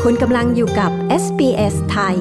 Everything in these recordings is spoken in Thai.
คุณกำลังอยู่กับ SBS ไทย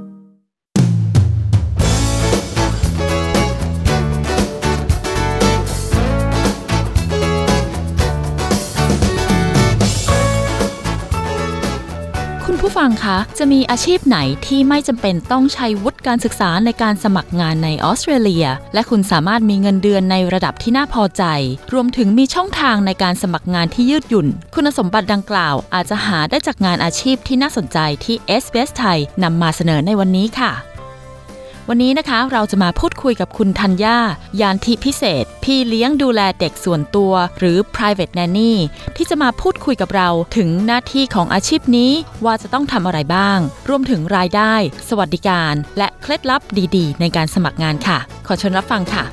ผู้ฟังคะจะมีอาชีพไหนที่ไม่จำเป็นต้องใช้วุฒิการศึกษาในการสมัครงานในออสเตรเลียและคุณสามารถมีเงินเดือนในระดับที่น่าพอใจรวมถึงมีช่องทางในการสมัครงานที่ยืดหยุ่นคุณสมบัติดังกล่าวอาจจะหาได้จากงานอาชีพที่น่าสนใจที่ SBS ไทยนำมาเสนอในวันนี้ค่ะวันนี้นะคะเราจะมาพูดคุยกับคุณธัญญายานทิพิเศษพี่เลี้ยงดูแลเด็กส่วนตัวหรือ private nanny ที่จะมาพูดคุยกับเราถึงหน้าที่ของอาชีพนี้ว่าจะต้องทำอะไรบ้างรวมถึงรายได้สวัสดิการและเคล็ดลับดีๆในการสมัครงานค่ะขอเชิญรับฟังค่ะ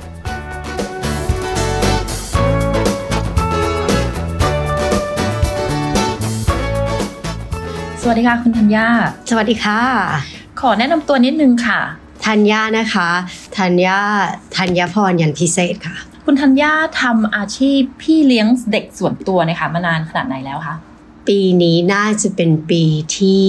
สวัสดีค่ะคุณธัญญาสวัสดีค่ะขอแนะนำตัวนิดนึงค่ะธัญญานะคะธัญพรยันพิเศษค่ะคุณธัญญาทำอาชีพพี่เลี้ยงเด็กส่วนตัวนะคะมานานขนาดไหนแล้วคะปีนี้น่าจะเป็นปีที่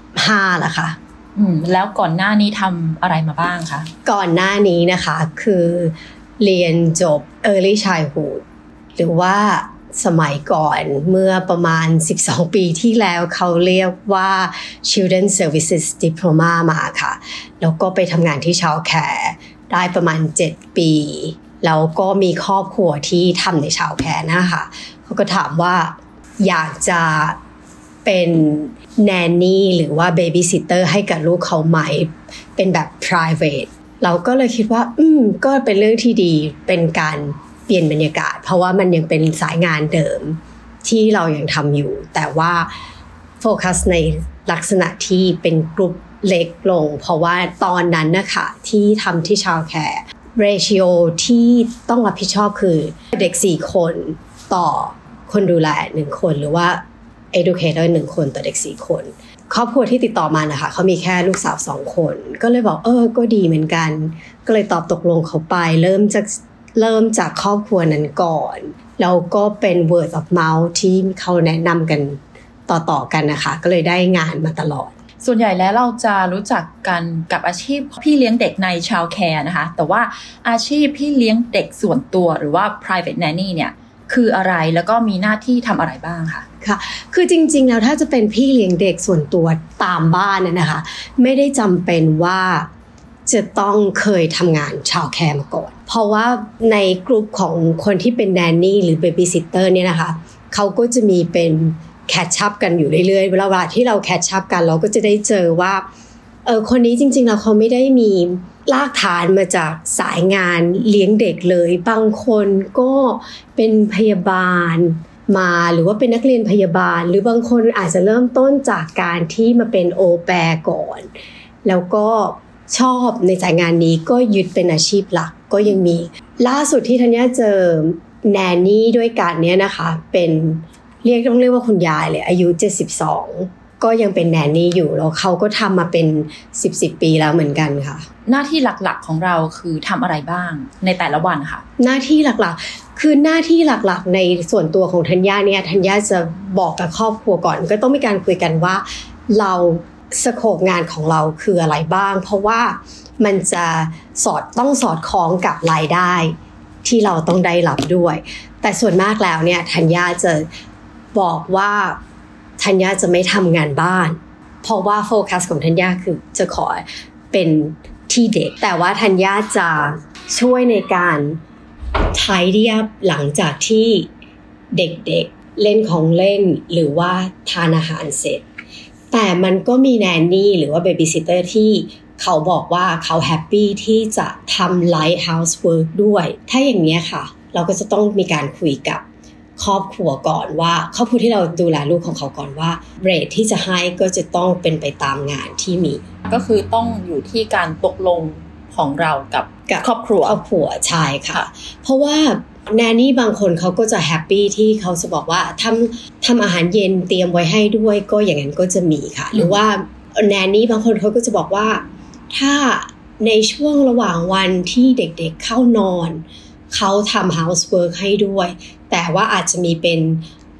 5แล้วค่ะแล้วก่อนหน้านี้ทำอะไรมาบ้างคะก่อนหน้านี้นะคะคือเรียนจบ Early Childhood หรือว่าสมัยก่อนเมื่อประมาณ12ปีที่แล้วเขาเรียกว่า Children Services Diploma มาค่ะแล้วก็ไปทำงานที่ Childcare ได้ประมาณ7ปีแล้วก็มีครอบครัวที่ทำใน Childcare นะคะเขาก็ถามว่าอยากจะเป็นแนนนี่หรือว่าเบบี้ซิตเตอร์ให้กับลูกเขาไหมเป็นแบบ private เราก็เลยคิดว่าก็เป็นเรื่องที่ดีเป็นการเปลี่ยนบรรยากาศเพราะว่ามันยังเป็นสายงานเดิมที่เรายังทำอยู่แต่ว่าโฟกัสในลักษณะที่เป็นกลุ่มเล็กลงเพราะว่าตอนนั้นนะคะที่ทำที่ Childcare ratio ที่ต้องรับผิดชอบคือเด็ก4คนต่อคนดูแล1คนหรือว่า educator 1คนต่อเด็ก4คนครอบครัวที่ติดต่อมานะคะเขามีแค่ลูกสาว2คนก็เลยบอกก็ดีเหมือนกันก็เลยตอบตกลงเขาไปเริ่มจากครอบครัวนั้นก่อนแล้วก็เป็น word of mouth ที่เขาแนะนำกันต่อกันนะคะก็เลยได้งานมาตลอดส่วนใหญ่แล้วเราจะรู้จักกันกับอาชีพพี่เลี้ยงเด็กใน Childcare นะคะแต่ว่าอาชีพพี่เลี้ยงเด็กส่วนตัวหรือว่า private nanny เนี่ยคืออะไรแล้วก็มีหน้าที่ทำอะไรบ้างคะค่ะคือจริงๆแล้วถ้าจะเป็นพี่เลี้ยงเด็กส่วนตัวตามบ้านนะคะไม่ได้จำเป็นว่าจะต้องเคยทำงาน Childcare มาก่อนเพราะว่าในกลุ่มของคนที่เป็นแนนนี่หรือเบบี้ซิตเตอร์เนี่ยนะคะเขาก็จะมีเป็นแคชชัพกันอยู่เรื่อยๆเวลาที่เราแคชชัพกันเราก็จะได้เจอว่าคนนี้จริงๆแล้วเขาไม่ได้มีรากฐานมาจากสายงานเลี้ยงเด็กเลยบางคนก็เป็นพยาบาลมาหรือว่าเป็นนักเรียนพยาบาลหรือบางคนอาจจะเริ่มต้นจากการที่มาเป็นโอแปร์ก่อนแล้วก็ชอบในสายงานนี้ก็ยึดเป็นอาชีพหลักก็ยังมีล่าสุดที่ธัญญาเจอแนนนี่ด้วยกันเนี้ยนะคะเป็นต้องเรียกว่าคุณยายเลยอายุ72ก็ยังเป็นแนนนี่อยู่แล้วเขาก็ทำมาเป็น10ปีแล้วเหมือนกันค่ะหน้าที่หลักๆของเราคือทำอะไรบ้างในแต่ละวันค่ะหน้าที่หลักๆคือหน้าที่หลักๆในส่วนตัวของธัญญาเนี่ยธัญญาจะบอกกับครอบครัวก่อนก็ต้องมีการคุยกันว่าเราสโคปงานของเราคืออะไรบ้างเพราะว่ามันจะต้องสอดคล้องกับรายได้ที่เราต้องได้รับด้วยแต่ส่วนมากแล้วเนี่ยธัญญาจะบอกว่าธัญญาจะไม่ทำงานบ้านเพราะว่าโฟกัสของธัญญาคือจะขอเป็นที่เด็กแต่ว่าธัญญาจะช่วยในการtidy upหลังจากที่เด็กๆเล่นของเล่นหรือว่าทานอาหารเสร็จแต่มันก็มีแนนนี่หรือว่าเบบี้ซิตเตอร์ที่เขาบอกว่าเขาแฮปปี้ที่จะทำไลท์เฮาส์เวิร์กด้วยถ้าอย่างนี้ค่ะเราก็จะต้องมีการคุยกับครอบครัวก่อนว่าครอบครัวที่เราดูแลลูกของเขาก่อนว่าเรทที่จะให้ก็จะต้องเป็นไปตามงานที่มีก็คือต้องอยู่ที่การตกลงของเรากับครอบครัวใช่ค่ะเพราะว่าแนนนี่บางคนเขาก็จะแฮปปี้ที่เขาจะบอกว่าทำอาหารเย็นเตรียมไว้ให้ด้วยก็อย่างนั้นก็จะมีค่ะหรือว่าแนนนี่บางคนเขาก็จะบอกว่าถ้าในช่วงระหว่างวันที่เด็กๆเข้านอนเขาทำ housework ให้ด้วยแต่ว่าอาจจะมีเป็น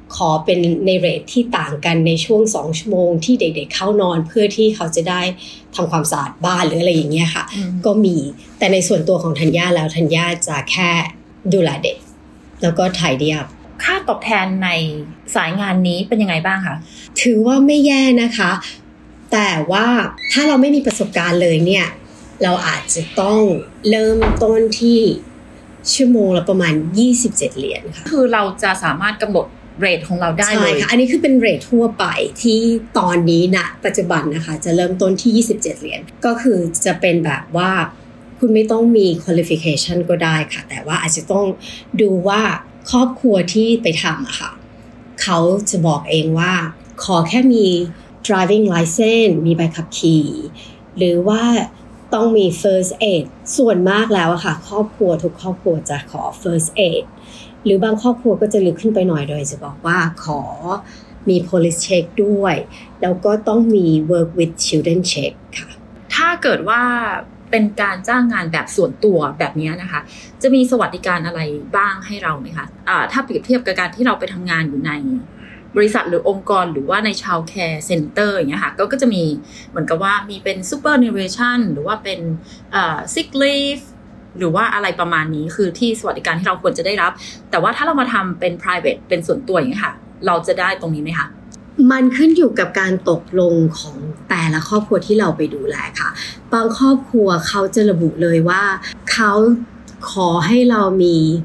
ขอเป็นในเรทที่ต่างกันในช่วง2 ชั่วโมงที่เด็กๆเข้านอนเพื่อที่เขาจะได้ทำความสะอาดบ้านหรืออะไรอย่างเงี้ยค่ะก็มีแต่ในส่วนตัวของธัญญาแล้วธัญญาจะแค่ดูแลเด็กแล้วก็ถ่ายเดียบค่าตอบแทนในสายงานนี้เป็นยังไงบ้างคะถือว่าไม่แย่นะคะแต่ว่าถ้าเราไม่มีประสบการณ์เลยเนี่ยเราอาจจะต้องเริ่มต้นที่ชั่วโมงละประมาณ27 เหรียญค่ะคือเราจะสามารถกำหนดเรทของเราได้เลยใช่ค่ะอันนี้คือเป็นเรททั่วไปที่ตอนนี้ณปัจจุบันนะคะจะเริ่มต้นที่27 เหรียญก็คือจะเป็นแบบว่าคุณไม่ต้องมี qualification ก็ได้ค่ะแต่ว่าอาจจะต้องดูว่าครอบครัวที่ไปทำอะค่ะเขาจะบอกเองว่าขอแค่มี driving license มีใบขับขี่หรือว่าต้องมี first aid ส่วนมากแล้วอะค่ะครอบครัวทุกครอบครัวจะขอ first aid หรือบางครอบครัวก็จะลึกขึ้นไปหน่อยโดยจะบอกว่าขอมี police check ด้วยแล้วก็ต้องมี work with children check ค่ะถ้าเกิดว่าเป็นการจ้างงานแบบส่วนตัวแบบนี้นะคะจะมีสวัสดิการอะไรบ้างให้เราไหมคะถ้าเปรียบเทียบกับการที่เราไปทำงานอยู่ในบริษัทหรือองค์กรหรือว่าใน Child Care Center อย่างเงี้ยค่ะก็จะมีเหมือนกับว่ามีเป็น superannuation หรือว่าเป็นsick leave หรือว่าอะไรประมาณนี้คือที่สวัสดิการที่เราควรจะได้รับแต่ว่าถ้าเรามาทำเป็น private เป็นส่วนตัวอย่างเงี้ยค่ะเราจะได้ตรงนี้ไหมคะมันขึ้นอยู่กับการตกลงของแต่ละครอบครัวที่เราไปดูแลค่ะบางครอบครัวเขาจะระบุเลยว่าเขาขอให้เรามี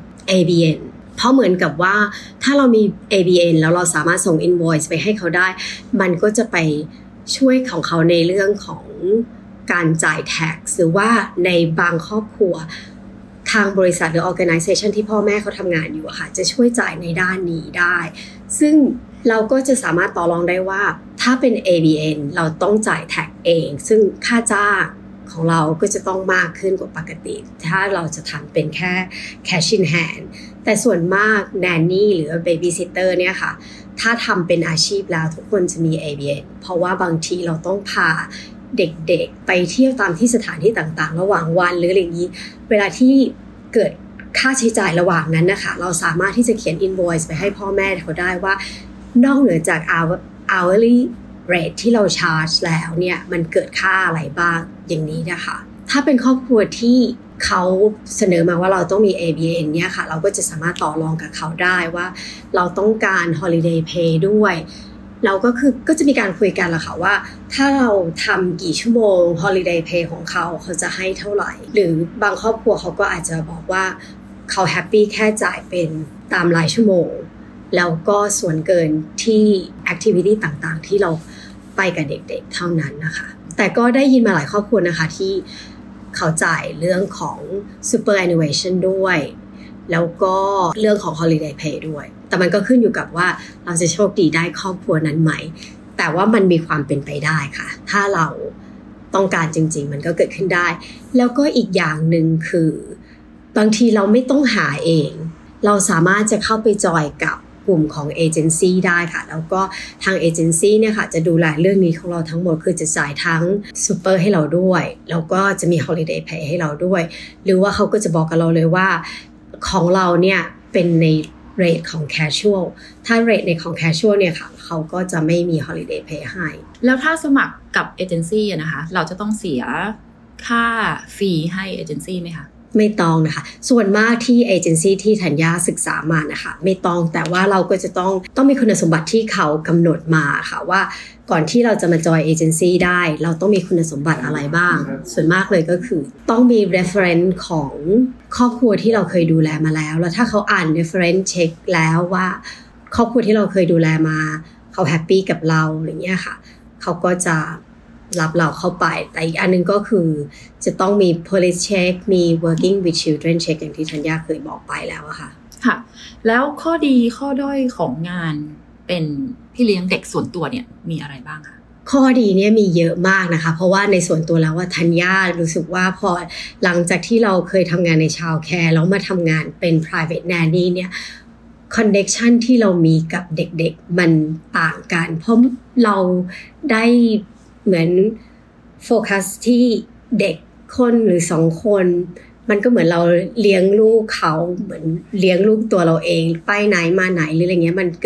ABN เพราะเหมือนกับว่าถ้าเรามี ABN แล้วเราสามารถส่ง invoice ไปให้เขาได้มันก็จะไปช่วยของเขาในเรื่องของการจ่าย tax หรือว่าในบางครอบครัวทางบริษัทหรือ organization ที่พ่อแม่เขาทำงานอยู่อะค่ะจะช่วยจ่ายในด้านนี้ได้ซึ่งเราก็จะสามารถต่อรองได้ว่าถ้าเป็น ABN เราต้องจ่าย tax เองซึ่งค่าจ้างของเราก็จะต้องมากขึ้นกว่าปกติถ้าเราจะทำเป็นแค่ cash in hand แต่ส่วนมาก nanny หรือ babysitter เนี่ยค่ะถ้าทำเป็นอาชีพแล้วทุกคนจะมี ABN เพราะว่าบางทีเราต้องพาเด็กๆไปเที่ยวตามที่สถานที่ต่างๆระหว่างวันหรืออะไรอย่างนี้เวลาที่เกิดค่าใช้จ่ายระหว่างนั้นนะคะเราสามารถที่จะเขียน invoice ไปให้พ่อแม่เขาได้ว่านอกเหนือจาก hourly rate ที่เรา charge แล้วเนี่ยมันเกิดค่าอะไรบ้างอย่างนี้นะคะถ้าเป็นครอบครัวที่เขาเสนอมาว่าเราต้องมี ABN เนี่ยค่ะเราก็จะสามารถต่อรองกับเขาได้ว่าเราต้องการ holiday pay ด้วยเราก็จะมีการคุยกันละค่ะว่าถ้าเราทำกี่ชั่วโมง holiday pay ของเขาจะให้เท่าไหร่หรือบางครอบครัวเขาก็อาจจะบอกว่าเขาแฮปปี้แค่จ่ายเป็นตามรายชั่วโมงแล้วก็ส่วนเกินที่ activity ต่างๆที่เราไปกับเด็กๆเท่านั้นนะคะแต่ก็ได้ยินมาหลายครอบครัวนะคะที่เขาจ่ายเรื่องของ superannuation ด้วยแล้วก็เรื่องของ holiday pay ด้วยแต่มันก็ขึ้นอยู่กับว่าเราจะโชคดีได้ครอบครัวนั้นไหมแต่ว่ามันมีความเป็นไปได้ค่ะถ้าเราต้องการจริงๆมันก็เกิดขึ้นได้แล้วก็อีกอย่างหนึ่งคือบางทีเราไม่ต้องหาเองเราสามารถจะเข้าไปจอยกับกลุ่มของเอเจนซี่ได้ค่ะแล้วก็ทางเอเจนซี่เนี่ยค่ะจะดูแลเรื่องนี้ของเราทั้งหมดคือจะจ่ายทั้งซูเปอร์ให้เราด้วยแล้วก็จะมี holiday pay ให้เราด้วยหรือว่าเขาก็จะบอกกับเราเลยว่าของเราเนี่ยเป็นในเรทของ casual ถ้าเรทในของ casual เนี่ยค่ะเขาก็จะไม่มี holiday pay ให้แล้วถ้าสมัครกับเอเจนซี่นะคะเราจะต้องเสียค่าฟรีให้เอเจนซี่ไหมคะไม่ต้องนะคะส่วนมากที่เอเจนซี่ที่ธัญญาศึกษามานะคะไม่ต้องแต่ว่าเราก็จะต้องมีคุณสมบัติที่เขากำหนดมาค่ะว่าก่อนที่เราจะมาจอยเอเจนซี่ได้เราต้องมีคุณสมบัติอะไรบ้างส่วนมากเลยก็คือต้องมี reference ของครอบครัวที่เราเคยดูแลมาแล้วแล้วถ้าเขาอ่าน reference check แล้วว่าครอบครัวที่เราเคยดูแลมาเขาแฮปปี้กับเราอย่างเงี้ยค่ะเขาก็จะรับเราเข้าไปแต่อีกอันนึงก็คือจะต้องมี police check มี working with children check อย่างที่ธัญญาเคยบอกไปแล้วอะค่ะค่ะแล้วข้อดีข้อด้อยของงานเป็นพี่เลี้ยงเด็กส่วนตัวเนี่ยมีอะไรบ้างคะข้อดีเนี่ยมีเยอะมากนะคะเพราะว่าในส่วนตัวแล้วว่าธัญญารู้สึกว่าพอหลังจากที่เราเคยทำงานใน child care แล้วมาทำงานเป็น private nanny เนี่ย connection ที่เรามีกับเด็กๆมันต่างกันเพราะเราได้เหมือนโฟกัสที่เด็กคนหรือ2 คนมันก็เหมือนเราเลี้ยงลูกเขาเหมือนเลี้ยงลูกตัวเราเองไปไหนมาไหนหรืออะไรเงี้ยมันเกิด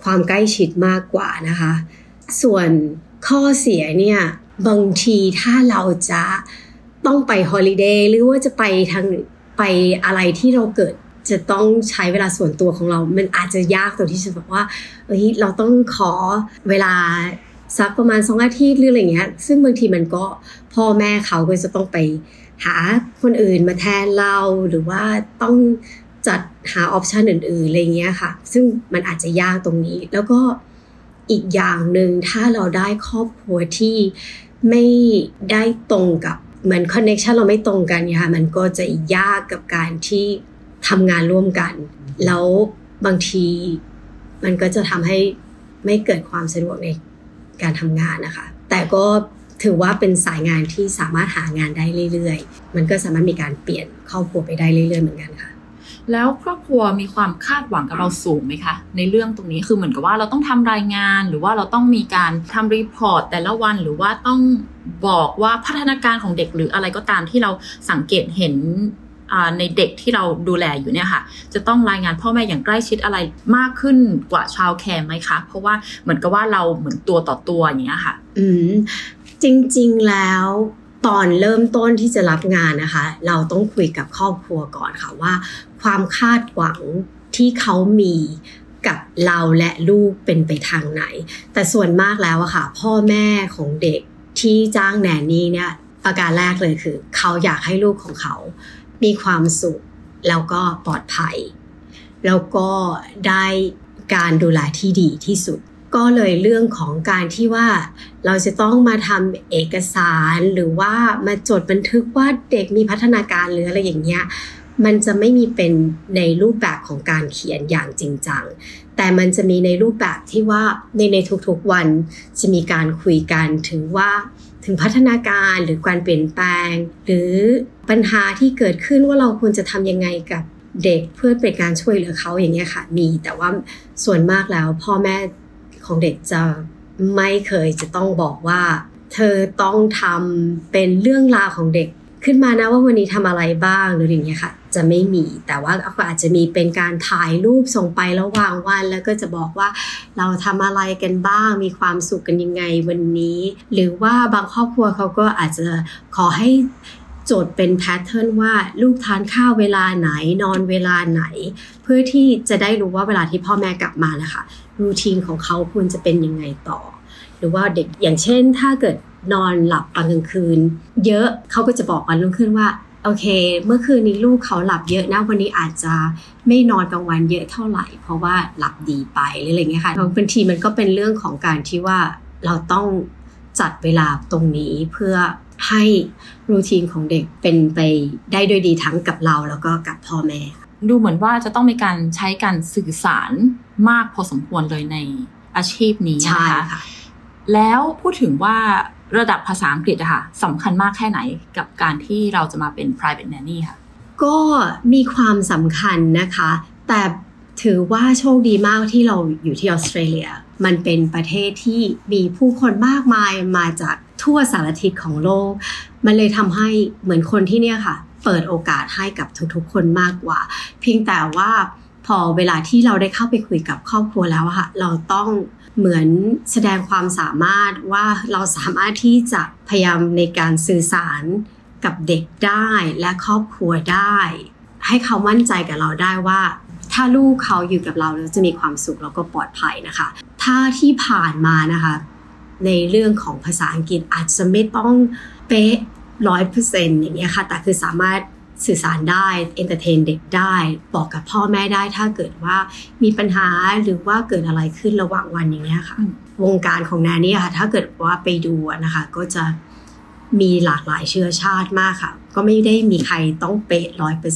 ความใกล้ชิดมากกว่านะคะส่วนข้อเสียเนี่ยบางทีถ้าเราจะต้องไปฮอลิเดย์หรือว่าจะไปอะไรที่เราเกิดจะต้องใช้เวลาส่วนตัวของเรามันอาจจะยากตรงที่จะบอกว่าเราต้องขอเวลาสักประมาณ2 อาทิตย์หรืออะไรเงี้ยซึ่งบางทีมันก็พ่อแม่เขาก็จะต้องไปหาคนอื่นมาแทนเราหรือว่าต้องจัดหาออปชันอื่นๆอะไรเงี้ยค่ะซึ่งมันอาจจะยากตรงนี้แล้วก็อีกอย่างหนึ่งถ้าเราได้ครอบครัวที่ไม่ได้ตรงกับเหมือนคอนเนคชั่นเราไม่ตรงกันค่ะมันก็จะยากกับการที่ทำงานร่วมกันแล้วบางทีมันก็จะทำให้ไม่เกิดความสะดวกในการทำงานนะคะแต่ก็ถือว่าเป็นสายงานที่สามารถหางานได้เรื่อยๆมันก็สามารถมีการเปลี่ยนครอบครัวไปได้เรื่อยๆเหมือนกันค่ะแล้วครอบครัวมีความคาดหวังกับเราสูงไหมคะในเรื่องตรงนี้คือเหมือนกับว่าเราต้องทำรายงานหรือว่าเราต้องมีการทำรีพอร์ตแต่ละวันหรือว่าต้องบอกว่าพัฒนาการของเด็กหรืออะไรก็ตามที่เราสังเกตเห็นในเด็กที่เราดูแลอยู่เนี่ยค่ะจะต้องรายงานพ่อแม่อย่างใกล้ชิดอะไรมากขึ้นกว่าชาวแคร์ไหมคะเพราะว่าเหมือนกับว่าเราเหมือนตัวต่อตัวอย่างเงี้ยค่ะจริงๆแล้วตอนเริ่มต้นที่จะรับงานนะคะเราต้องคุยกับครอบครัวก่อนค่ะว่าความคาดหวังที่เขามีกับเราและลูกเป็นไปทางไหนแต่ส่วนมากแล้วอะค่ะพ่อแม่ของเด็กที่จ้างแนนนี่เนี่ยประการแรกเลยคือเขาอยากให้ลูกของเขามีความสุขแล้วก็ปลอดภัยแล้วก็ได้การดูแลที่ดีที่สุดก็เลยเรื่องของการที่ว่าเราจะต้องมาทำเอกสารหรือว่ามาจดบันทึกว่าเด็กมีพัฒนาการหรืออะไรอย่างเงี้ยมันจะไม่มีเป็นในรูปแบบของการเขียนอย่างจริงจังแต่มันจะมีในรูปแบบที่ว่าในทุกๆวันจะมีการคุยกันถึงพัฒนาการหรือการเปลี่ยนแปลงหรือปัญหาที่เกิดขึ้นว่าเราควรจะทำยังไงกับเด็กเพื่อเป็นการช่วยเหลือเขาอย่างเงี้ยค่ะมีแต่ว่าส่วนมากแล้วพ่อแม่ของเด็กจะไม่เคยจะต้องบอกว่าเธอต้องทำเป็นเรื่องราวของเด็กขึ้นมานะว่าวันนี้ทำอะไรบ้างหรืออย่างเงี้ยค่ะจะไม่มีแต่ว่าก็อาจจะมีเป็นการถ่ายรูปส่งไประหว่างวันแล้วก็จะบอกว่าเราทำอะไรกันบ้างมีความสุขกันยังไงวันนี้หรือว่าบางครอบครัวเขาก็อาจจะขอให้โจทย์เป็นแพทเทิร์นว่าลูกทานข้าวเวลาไหนนอนเวลาไหนเพื่อที่จะได้รู้ว่าเวลาที่พ่อแม่กลับมานะคะรูทีนของเขาควรจะเป็นยังไงต่อหรือว่าเด็กอย่างเช่นถ้าเกิดนอนหลับตอนกลางคืนเยอะเขาก็จะบอกวันรุ่งขึ้นว่าโอเคเมื่อคืนนี้ลูกเขาหลับเยอะนะวันนี้อาจจะไม่นอนกลางวันเยอะเท่าไหร่เพราะว่าหลับดีไปหรืออะไรเงี้ยค่ะบางทีมันก็เป็นเรื่องของการที่ว่าเราต้องจัดเวลาตรงนี้เพื่อให้รูทีนของเด็กเป็นไปได้ด้วยดีทั้งกับเราแล้วก็กับพ่อแม่ดูเหมือนว่าจะต้องมีการใช้การสื่อสารมากพอสมควรเลยในอาชีพนี้นะคะแล้วพูดถึงว่าระดับภาษาอังกฤษอะค่ะสำคัญมากแค่ไหนกับการที่เราจะมาเป็น private nanny ค่ะก็มีความสำคัญนะคะแต่ถือว่าโชคดีมากที่เราอยู่ที่ออสเตรเลียมันเป็นประเทศที่มีผู้คนมากมายมาจากทั่วสารทิศของโลกมันเลยทำให้เหมือนคนที่เนี่ยค่ะเปิดโอกาสให้กับทุกๆคนมากกว่าเพียงแต่ว่าพอเวลาที่เราได้เข้าไปคุยกับครอบครัวแล้วค่ะเราต้องเหมือนแสดงความสามารถว่าเราสามารถที่จะพยายามในการสื่อสารกับเด็กได้และครอบครัวได้ให้เขามั่นใจกับเราได้ว่าถ้าลูกเขาอยู่กับเราแล้วจะมีความสุขแล้วก็ปลอดภัยนะคะถ้าที่ผ่านมานะคะในเรื่องของภาษาอังกฤษอาจจะไม่ต้องเป๊ะ 100% อย่างเงี้ยค่ะแต่คือสามารถสื่อสารได้เอนเตอร์เทนเด็กได้บอกกับพ่อแม่ได้ถ้าเกิดว่ามีปัญหาหรือว่าเกิดอะไรขึ้นระหว่างวันอย่างเงี้ยค่ะวงการของแนนนี่ค่ะถ้าเกิดว่าไปดูนะคะก็จะมีหลากหลายเชื้อชาติมากค่ะก็ไม่ได้มีใครต้องเป๊ะ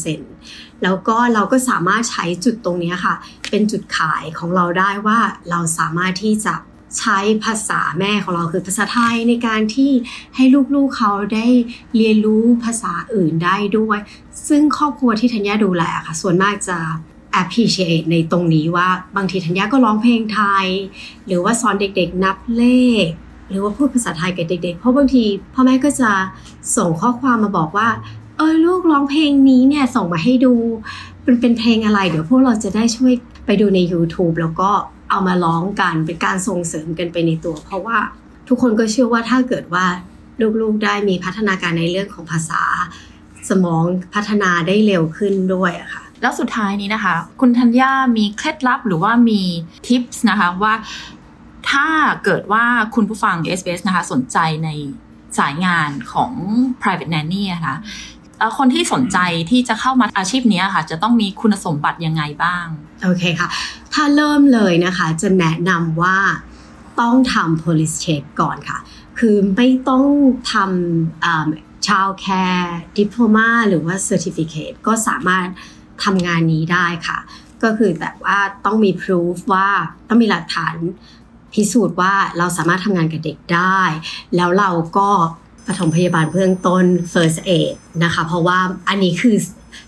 100% แล้วก็เราก็สามารถใช้จุดตรงนี้ค่ะเป็นจุดขายของเราได้ว่าเราสามารถที่จะใช้ภาษาแม่ของเราคือภาษาไทยในการที่ให้ลูกๆเขาได้เรียนรู้ภาษาอื่นได้ด้วยซึ่งครอบครัวที่ธัญญาดูแลค่ะส่วนมากจะ appreciate ในตรงนี้ว่าบางทีธัญญาก็ร้องเพลงไทยหรือว่าสอนเด็กๆนับเลขหรือว่าพูดภาษาไทยกับเด็กๆเพราะบางทีพ่อแม่ก็จะส่งข้อความมาบอกว่าลูกร้องเพลงนี้เนี่ยส่งมาให้ดูเป็นเพลงอะไรเดี๋ยวพวกเราจะได้ช่วยไปดูใน YouTube แล้วก็เอามาร้องกันเป็นการส่งเสริมกันไปในตัวเพราะว่าทุกคนก็เชื่อว่าถ้าเกิดว่าลูกๆได้มีพัฒนาการในเรื่องของภาษาสมองพัฒนาได้เร็วขึ้นด้วยอะค่ะแล้วสุดท้ายนี้นะคะคุณธัญญามีเคล็ดลับหรือว่ามีทิปส์นะคะว่าถ้าเกิดว่าคุณผู้ฟัง SBS นะคะสนใจในสายงานของ private nanny นะคะคนที่สนใจที่จะเข้ามาอาชีพนี้ค่ะจะต้องมีคุณสมบัติยังไงบ้างโอเคค่ะถ้าเริ่มเลยนะคะจะแนะนำว่าต้องทำ police check ก่อนค่ะคือไม่ต้องทำchild care diploma หรือว่า certificate ก็สามารถทำงานนี้ได้ค่ะก็คือแต่ว่าต้องมี proof ว่าต้องมีหลักฐานพิสูจน์ว่าเราสามารถทำงานกับเด็กได้แล้วเราก็ปฐมพยาบาลเบื้องต้น first aid นะคะเพราะว่าอันนี้คือ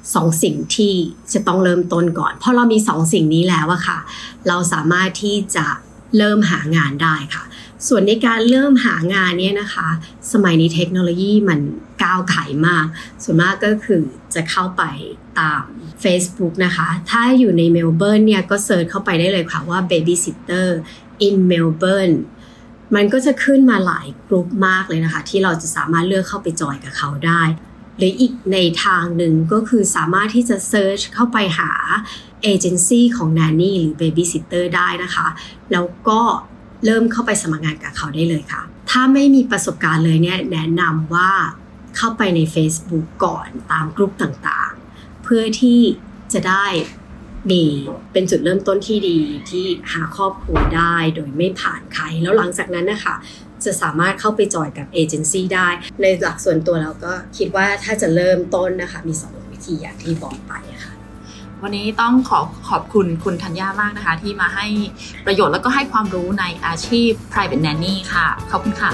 2สิ่งที่จะต้องเริ่มต้นก่อนพอเรามี2สิ่งนี้แล้วอะค่ะเราสามารถที่จะเริ่มหางานได้ค่ะส่วนในการเริ่มหางานเนี่ยนะคะสมัยนี้เทคโนโลยีมันก้าวไขมากส่วนมากก็คือจะเข้าไปตาม Facebook นะคะถ้าอยู่ในเมลเบิร์นเนี่ยก็เซิร์ชเข้าไปได้เลยค่ะว่า Babysitter in Melbourne มันก็จะขึ้นมาหลายกลุ่มมากเลยนะคะที่เราจะสามารถเลือกเข้าไปจอยกับเขาได้หรืออีกในทางหนึ่งก็คือสามารถที่จะเซิร์ชเข้าไปหาเอเจนซี่ของ Nanny หรือ Babysitter ได้นะคะแล้วก็เริ่มเข้าไปสมัครงานกับเขาได้เลยค่ะถ้าไม่มีประสบการณ์เลยเนี่ยแนะนำว่าเข้าไปใน Facebook ก่อนตามกลุ่มต่างๆเพื่อที่จะได้มีเป็นจุดเริ่มต้นที่ดีที่หาครอบครัวได้โดยไม่ผ่านใครแล้วหลังจากนั้นนะคะจะสามารถเข้าไปจอยกับเอเจนซี่ได้ในหลักส่วนตัวเราก็คิดว่าถ้าจะเริ่มต้นนะคะมี2วิธีอย่างที่บอกไปค่ะวันนี้ต้องขอบคุณคุณธัญญามากนะคะที่มาให้ประโยชน์แล้วก็ให้ความรู้ในอาชีพ private nanny ค่ะขอบคุณค่ะ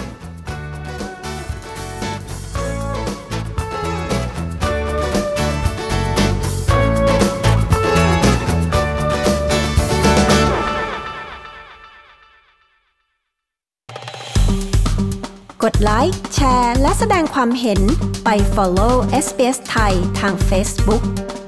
กดไลค์แชร์และแสดงความเห็นไป follow SBS ไทยทาง Facebook